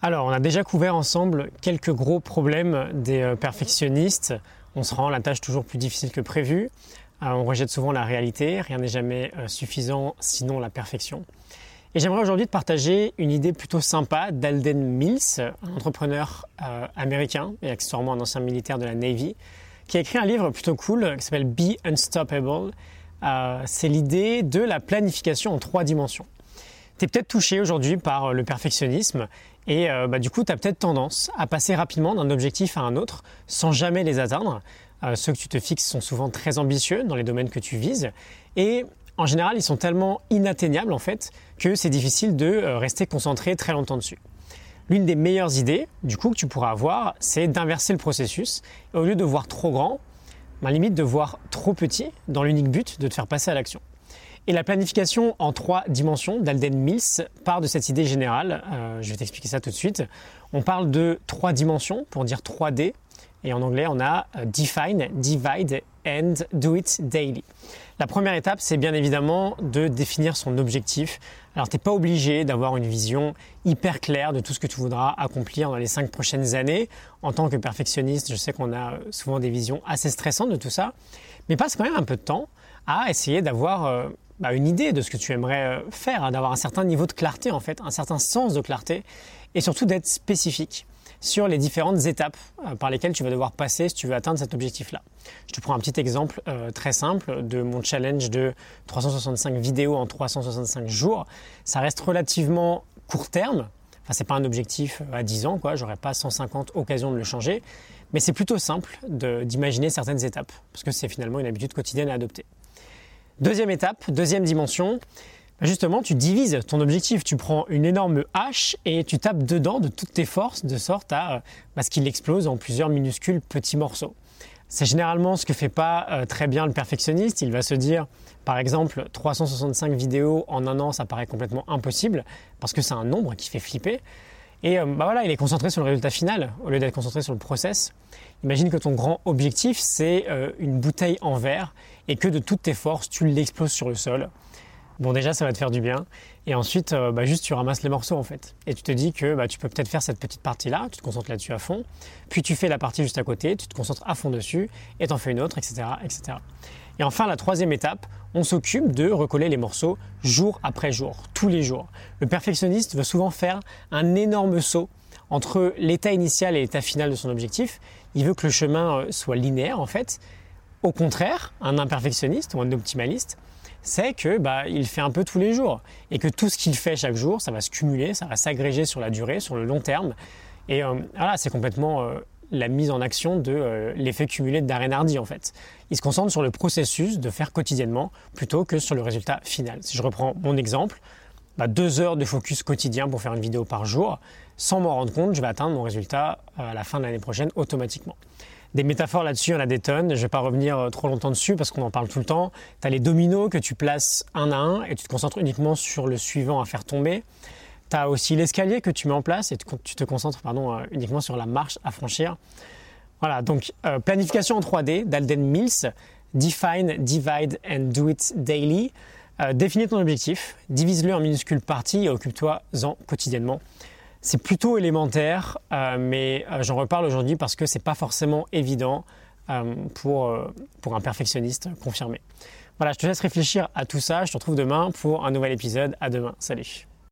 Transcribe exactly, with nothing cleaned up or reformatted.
Alors, on a déjà couvert ensemble quelques gros problèmes des euh, perfectionnistes. On se rend la tâche toujours plus difficile que prévu. Euh, on rejette souvent la réalité. Rien n'est jamais euh, suffisant, sinon la perfection. Et j'aimerais aujourd'hui te partager une idée plutôt sympa d'Alden Mills, un entrepreneur euh, américain et accessoirement un ancien militaire de la Navy, qui a écrit un livre plutôt cool qui s'appelle Be Unstoppable. Euh, c'est l'idée de la planification en trois dimensions. Tu es peut-être touché aujourd'hui par le perfectionnisme et euh, bah, du coup, tu as peut-être tendance à passer rapidement d'un objectif à un autre sans jamais les atteindre. Euh, ceux que tu te fixes sont souvent très ambitieux dans les domaines que tu vises et en général, ils sont tellement inatteignables en fait que c'est difficile de euh, rester concentré très longtemps dessus. L'une des meilleures idées du coup que tu pourras avoir, c'est d'inverser le processus et au lieu de voir trop grand, bah, limite de voir trop petit dans l'unique but de te faire passer à l'action. Et la planification en trois dimensions d'Alden Mills part de cette idée générale. Euh, je vais t'expliquer ça tout de suite. On parle de trois dimensions pour dire trois D. Et en anglais, on a Define, Divide and Do It Daily. La première étape, c'est bien évidemment de définir son objectif. Alors, tu n'es pas obligé d'avoir une vision hyper claire de tout ce que tu voudras accomplir dans les cinq prochaines années. En tant que perfectionniste, je sais qu'on a souvent des visions assez stressantes de tout ça. Mais passe quand même un peu de temps à essayer d'avoir euh, bah, une idée de ce que tu aimerais faire, hein, d'avoir un certain niveau de clarté en fait, un certain sens de clarté et surtout d'être spécifique sur les différentes étapes euh, par lesquelles tu vas devoir passer si tu veux atteindre cet objectif-là. Je te prends un petit exemple euh, très simple de mon challenge de trois cent soixante-cinq vidéos en trois cent soixante-cinq jours. Ça reste relativement court terme. Enfin, c'est pas un objectif à dix ans, quoi. J'aurais pas cent cinquante occasions de le changer. Mais c'est plutôt simple de, d'imaginer certaines étapes parce que c'est finalement une habitude quotidienne à adopter. Deuxième étape, deuxième dimension. Justement, tu divises ton objectif, tu prends une énorme hache et tu tapes dedans de toutes tes forces de sorte à bah, ce qu'il explose en plusieurs minuscules petits morceaux. C'est généralement ce que fait pas euh, très bien le perfectionniste. Il va se dire, par exemple, trois cent soixante-cinq vidéos en un an, ça paraît complètement impossible parce que c'est un nombre qui fait flipper. Et euh, bah voilà, il est concentré sur le résultat final au lieu d'être concentré sur le process. Imagine que ton grand objectif, c'est euh, une bouteille en verre et que de toutes tes forces, tu l'exploses sur le sol. Bon, déjà, ça va te faire du bien. Et ensuite, euh, bah, juste, tu ramasses les morceaux, en fait. Et tu te dis que bah, tu peux peut-être faire cette petite partie-là, tu te concentres là-dessus à fond. Puis, tu fais la partie juste à côté, tu te concentres à fond dessus, et t'en fais une autre, et cetera, et cetera. Et enfin, la troisième étape, on s'occupe de recoller les morceaux jour après jour, tous les jours. Le perfectionniste veut souvent faire un énorme saut entre l'état initial et l'état final de son objectif. Il veut que le chemin euh, soit linéaire, en fait. Au contraire, un imperfectionniste ou un optimaliste, c'est que bah, il fait un peu tous les jours et que tout ce qu'il fait chaque jour, ça va se cumuler, ça va s'agréger sur la durée, sur le long terme. Et euh, voilà, c'est complètement euh, la mise en action de euh, l'effet cumulé de Darren Hardy en fait. Il se concentre sur le processus de faire quotidiennement plutôt que sur le résultat final. Si je reprends mon exemple, bah, deux heures de focus quotidien pour faire une vidéo par jour, sans m'en rendre compte, je vais atteindre mon résultat à la fin de l'année prochaine automatiquement. Des métaphores là-dessus, il y en a des tonnes. Je ne vais pas revenir trop longtemps dessus parce qu'on en parle tout le temps. Tu as les dominos que tu places un à un et tu te concentres uniquement sur le suivant à faire tomber. Tu as aussi l'escalier que tu mets en place et tu te concentres pardon, uniquement sur la marche à franchir. Voilà, donc euh, planification en trois D d'Alden Mills. Define, divide and do it daily. Euh, définis ton objectif, divise-le en minuscules parties et occupe-toi-en quotidiennement. C'est plutôt élémentaire, euh, mais euh, j'en reparle aujourd'hui parce que c'est pas forcément évident euh, pour, euh, pour un perfectionniste confirmé. Voilà, je te laisse réfléchir à tout ça. Je te retrouve demain pour un nouvel épisode. À demain. Salut.